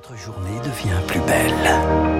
Votre journée devient plus belle.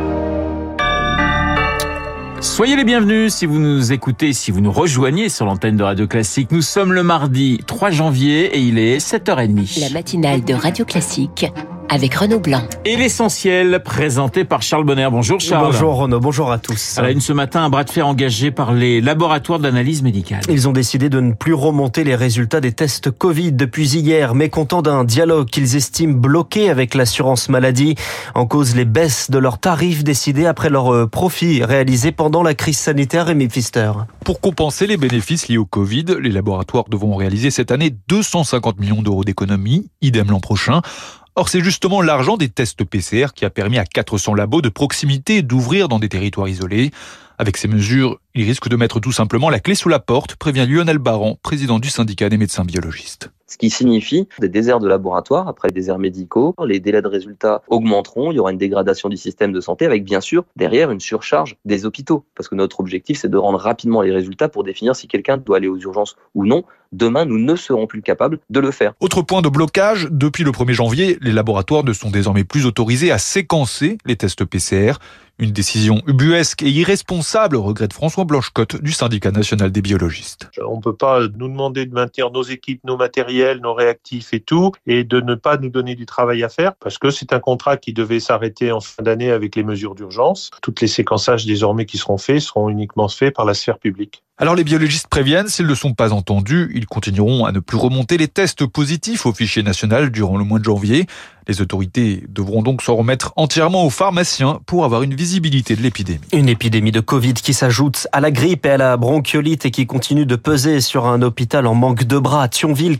Soyez les bienvenus si vous nous écoutez, si vous nous rejoignez sur l'antenne de Radio Classique. Nous sommes le mardi 3 janvier et il est 7h30. La matinale de Radio Classique avec Renaud Blanc. Et l'essentiel présenté par Charles Bonner. Bonjour Charles. Bonjour Renaud, bonjour à tous. À la une ce matin, un bras de fer engagé par les laboratoires d'analyse médicale. Ils ont décidé de ne plus remonter les résultats des tests Covid depuis hier, mécontents d'un dialogue qu'ils estiment bloqué avec l'assurance maladie. En cause, les baisses de leurs tarifs décidées après leurs profits réalisés pendant la crise sanitaire. Rémi Pfister. Pour compenser les bénéfices liés au Covid, les laboratoires devront réaliser cette année 250 millions d'euros d'économies, idem l'an prochain. Or, c'est justement l'argent des tests PCR qui a permis à 400 labos de proximité d'ouvrir dans des territoires isolés. Avec ces mesures, ils risquent de mettre tout simplement la clé sous la porte, prévient Lionel Baran, président du syndicat des médecins biologistes. Ce qui signifie des déserts de laboratoire, après les déserts médicaux, les délais de résultats augmenteront, il y aura une dégradation du système de santé avec bien sûr derrière une surcharge des hôpitaux. Parce que notre objectif c'est de rendre rapidement les résultats pour définir si quelqu'un doit aller aux urgences ou non. Demain, nous ne serons plus capables de le faire. Autre point de blocage, depuis le 1er janvier, les laboratoires ne sont désormais plus autorisés à séquencer les tests PCR. Une décision ubuesque et irresponsable, regrette François Blanchecotte du syndicat national des biologistes. On ne peut pas nous demander de maintenir nos équipes, nos matériels, nos réactifs et tout, et de ne pas nous donner du travail à faire, parce que c'est un contrat qui devait s'arrêter en fin d'année avec les mesures d'urgence. Tous les séquençages désormais qui seront faits seront uniquement faits par la sphère publique. Alors les biologistes préviennent, s'ils ne sont pas entendus, ils continueront à ne plus remonter les tests positifs au fichier national durant le mois de janvier. Les autorités devront donc s'en remettre entièrement aux pharmaciens pour avoir une visibilité de l'épidémie. Une épidémie de Covid qui s'ajoute à la grippe et à la bronchiolite et qui continue de peser sur un hôpital en manque de bras. À Thionville,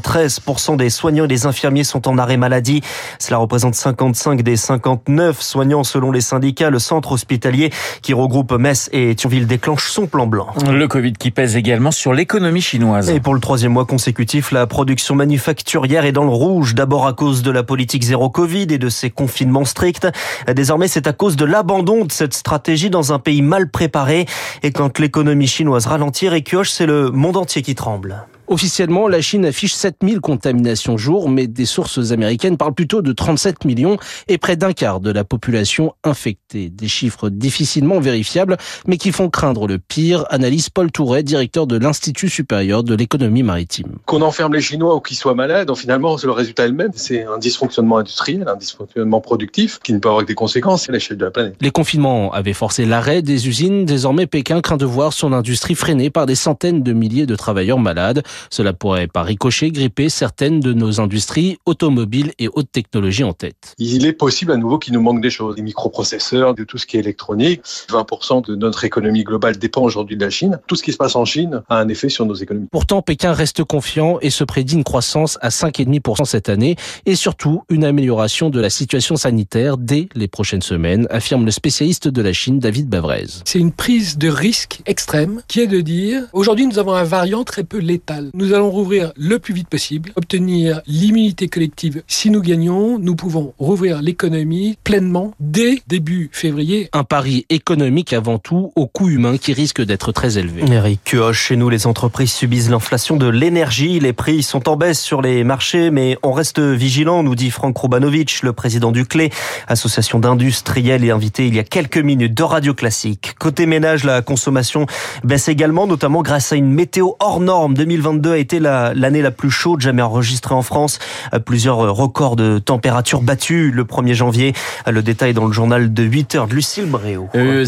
93% des soignants et des infirmiers sont en arrêt maladie. Cela représente 55 des 59 soignants selon les syndicats. Le centre hospitalier qui regroupe Metz et Thionville déclenche son plan blanc. Le Covid qui pèse également sur l'économie chinoise. Et pour le 3e mois consécutif, la production manufacturière est dans le rouge. D'abord à cause de la politique zéro Covid et de ses confinements stricts. Désormais, c'est à cause de l'abandon de cette stratégie dans un pays mal préparé. Et quand l'économie chinoise ralentit et pioche, c'est le monde entier qui tremble. Officiellement, la Chine affiche 7000 contaminations jour, mais des sources américaines parlent plutôt de 37 millions et près d'un quart de la population infectée. Des chiffres difficilement vérifiables, mais qui font craindre le pire, analyse Paul Touret, directeur de l'Institut supérieur de l'économie maritime. Qu'on enferme les Chinois ou qu'ils soient malades, finalement, le résultat est le même. C'est un dysfonctionnement industriel, un dysfonctionnement productif qui ne peut avoir que des conséquences à l'échelle de la planète. Les confinements avaient forcé l'arrêt des usines. Désormais, Pékin craint de voir son industrie freinée par des centaines de milliers de travailleurs malades. Cela pourrait par ricochet gripper certaines de nos industries automobiles et haute technologie en tête. Il est possible à nouveau qu'il nous manque des choses, des microprocesseurs, de tout ce qui est électronique. 20% de notre économie globale dépend aujourd'hui de la Chine. Tout ce qui se passe en Chine a un effet sur nos économies. Pourtant, Pékin reste confiant et se prédit une croissance à 5,5% cette année et surtout une amélioration de la situation sanitaire dès les prochaines semaines, affirme le spécialiste de la Chine, David Bavrez. C'est une prise de risque extrême qui est de dire aujourd'hui nous avons un variant très peu létal. Nous allons rouvrir le plus vite possible, obtenir l'immunité collective. Si nous gagnons, nous pouvons rouvrir l'économie pleinement dès début février. Un pari économique avant tout, au coût humain qui risque d'être très élevé. Eric Kioch, chez nous, les entreprises subissent l'inflation de l'énergie. Les prix sont en baisse sur les marchés, mais on reste vigilant, nous dit Franck Roubanovic, le président du CLE, association d'industriels et invité il y a quelques minutes de Radio Classique. Côté ménage, la consommation baisse également, notamment grâce à une météo hors norme. 2022 a été l'année la plus chaude jamais enregistrée en France. Plusieurs records de température battus le 1er janvier. Le détail dans le journal de 8h de Lucille Bréau.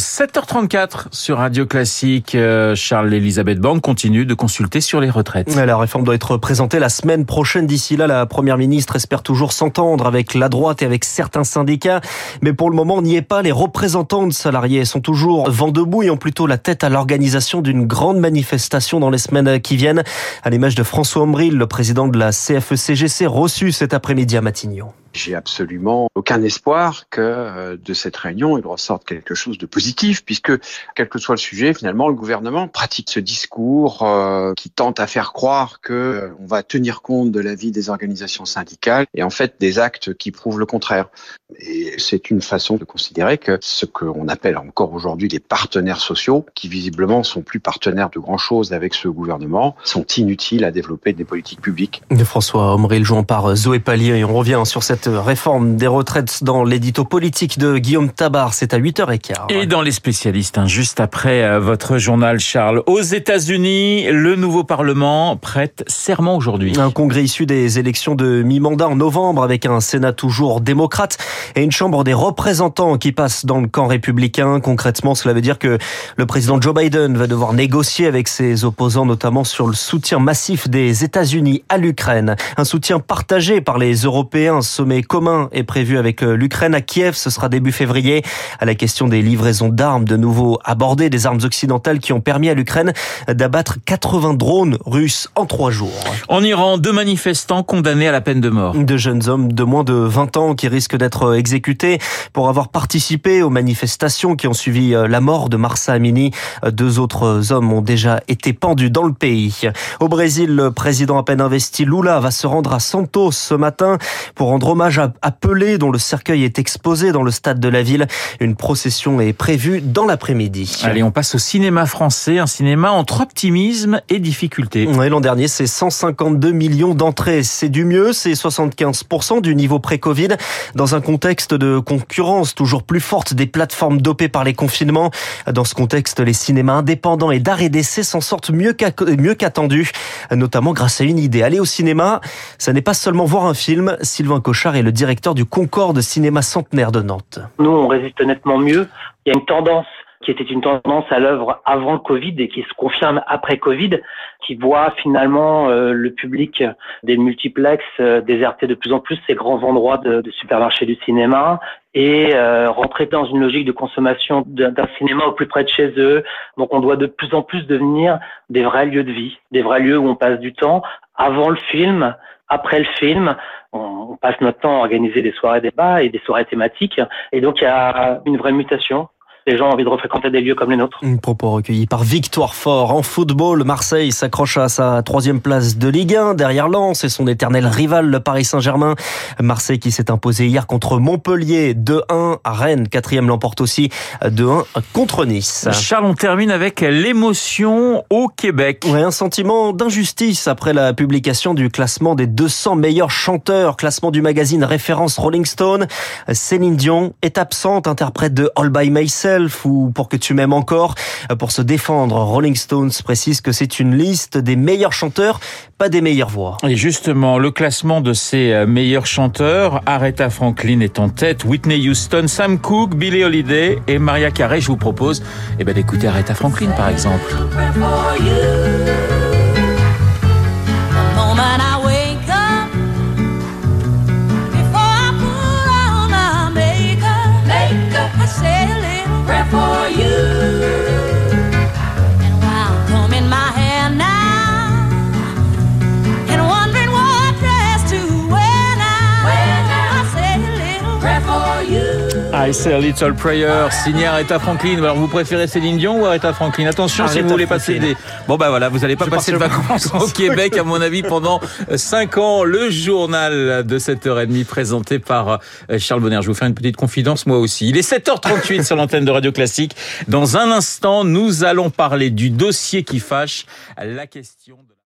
7h34 sur Radio Classique. Charles-Elisabeth Borne continue de consulter sur les retraites. La réforme doit être présentée la semaine prochaine. D'ici là, la première ministre espère toujours s'entendre avec la droite et avec certains syndicats. Mais pour le moment, on n'y est pas. Les représentants de salariés sont toujours vent debout et ont plutôt la tête à l'organisation d'une grande manifestation dans les semaines qui viennent. À l'image de François Ombril, le président de la CFE-CGC, reçu cet après-midi à Matignon. J'ai absolument aucun espoir que de cette réunion, il ressorte quelque chose de positif, puisque, quel que soit le sujet, finalement, le gouvernement pratique ce discours qui tente à faire croire que on va tenir compte de l'avis des organisations syndicales, et en fait des actes qui prouvent le contraire. Et c'est une façon de considérer que ce qu'on appelle encore aujourd'hui les partenaires sociaux, qui visiblement sont plus partenaires de grand-chose avec ce gouvernement, sont inutiles à développer des politiques publiques. De François Ombril, jouant par Zoé Pallier, et on revient sur cette cette réforme des retraites dans l'édito politique de Guillaume Tabar. C'est à 8h15. Et dans les spécialistes, juste après votre journal, Charles. Aux États-Unis, le nouveau Parlement prête serment aujourd'hui. Un congrès issu des élections de mi-mandat en novembre avec un Sénat toujours démocrate et une Chambre des représentants qui passe dans le camp républicain. Concrètement, cela veut dire que le président Joe Biden va devoir négocier avec ses opposants, notamment sur le soutien massif des États-Unis à l'Ukraine. Un soutien partagé par les Européens. Un sommet commun est prévu avec l'Ukraine à Kiev. Ce sera début février. À la question des livraisons d'armes, de nouveau abordées, des armes occidentales qui ont permis à l'Ukraine d'abattre 80 drones russes en 3 jours. En Iran, 2 manifestants condamnés à la peine de mort. 2 jeunes hommes de moins de 20 ans qui risquent d'être exécutés pour avoir participé aux manifestations qui ont suivi la mort de Mahsa Amini. 2 autres hommes ont déjà été pendus dans le pays. Au Brésil, le président à peine investi Lula va se rendre à Santos ce matin pour rendre hommage à Pelé, dont le cercueil est exposé dans le stade de la ville. Une procession est prévue dans l'après-midi. Allez, on passe au cinéma français, un cinéma entre optimisme et difficulté. Oui, l'an dernier, c'est 152 millions d'entrées. C'est du mieux, c'est 75% du niveau pré-Covid, dans un contexte de concurrence toujours plus forte des plateformes dopées par les confinements. Dans ce contexte, les cinémas indépendants et d'art et d'essai s'en sortent mieux qu'attendu, notamment grâce à une idée. Aller au cinéma, ça n'est pas seulement voir un film. Sylvain Cochard est le directeur du Concorde Cinéma Centenaire de Nantes. Nous, on résiste nettement mieux. Il y a une tendance qui était une tendance à l'œuvre avant le Covid et qui se confirme après Covid, qui voit finalement le public des multiplexes déserter de plus en plus ces grands endroits de supermarchés du cinéma et rentrer dans une logique de consommation d'un cinéma au plus près de chez eux. Donc on doit de plus en plus devenir des vrais lieux de vie, des vrais lieux où on passe du temps avant le film, après le film. On passe notre temps à organiser des soirées débats et des soirées thématiques. Et donc il y a une vraie mutation. Les gens ont envie de refréquenter des lieux comme les nôtres. Propos recueillis par Victoire Fort. En football, Marseille s'accroche à sa 3e place de Ligue 1 derrière Lens et son éternel rival, le Paris Saint-Germain. Marseille qui s'est imposé hier contre Montpellier 2-1. Rennes, 4e, l'emporte aussi 2-1 contre Nice. Charles, on termine avec l'émotion au Québec. Ouais, un sentiment d'injustice après la publication du classement des 200 meilleurs chanteurs. Classement du magazine référence Rolling Stone. Céline Dion est absente, interprète de All By Myself ou Pour que tu m'aimes encore. Pour se défendre, Rolling Stones précise que c'est une liste des meilleurs chanteurs, pas des meilleures voix. Et justement, le classement de ces meilleurs chanteurs, Aretha Franklin est en tête, Whitney Houston, Sam Cooke, Billie Holiday et Mariah Carey. Je vous propose d'écouter Aretha Franklin par exemple. For you, and while combing my hair now, and wondering what dress to wear now, I say a little prayer for you. I say a little prayer, signé Aretha Franklin. Alors vous préférez Céline Dion ou Aretha Franklin? Attention, si vous voulez passer des... Bon voilà, vous n'allez pas passer de vacances au Québec à mon avis pendant 5 ans. Le journal de 7h30 présenté par Charles Bonner. Je vais vous faire une petite confidence moi aussi. Il est 7h38 sur l'antenne de Radio Classique. Dans un instant, nous allons parler du dossier qui fâche, la question de...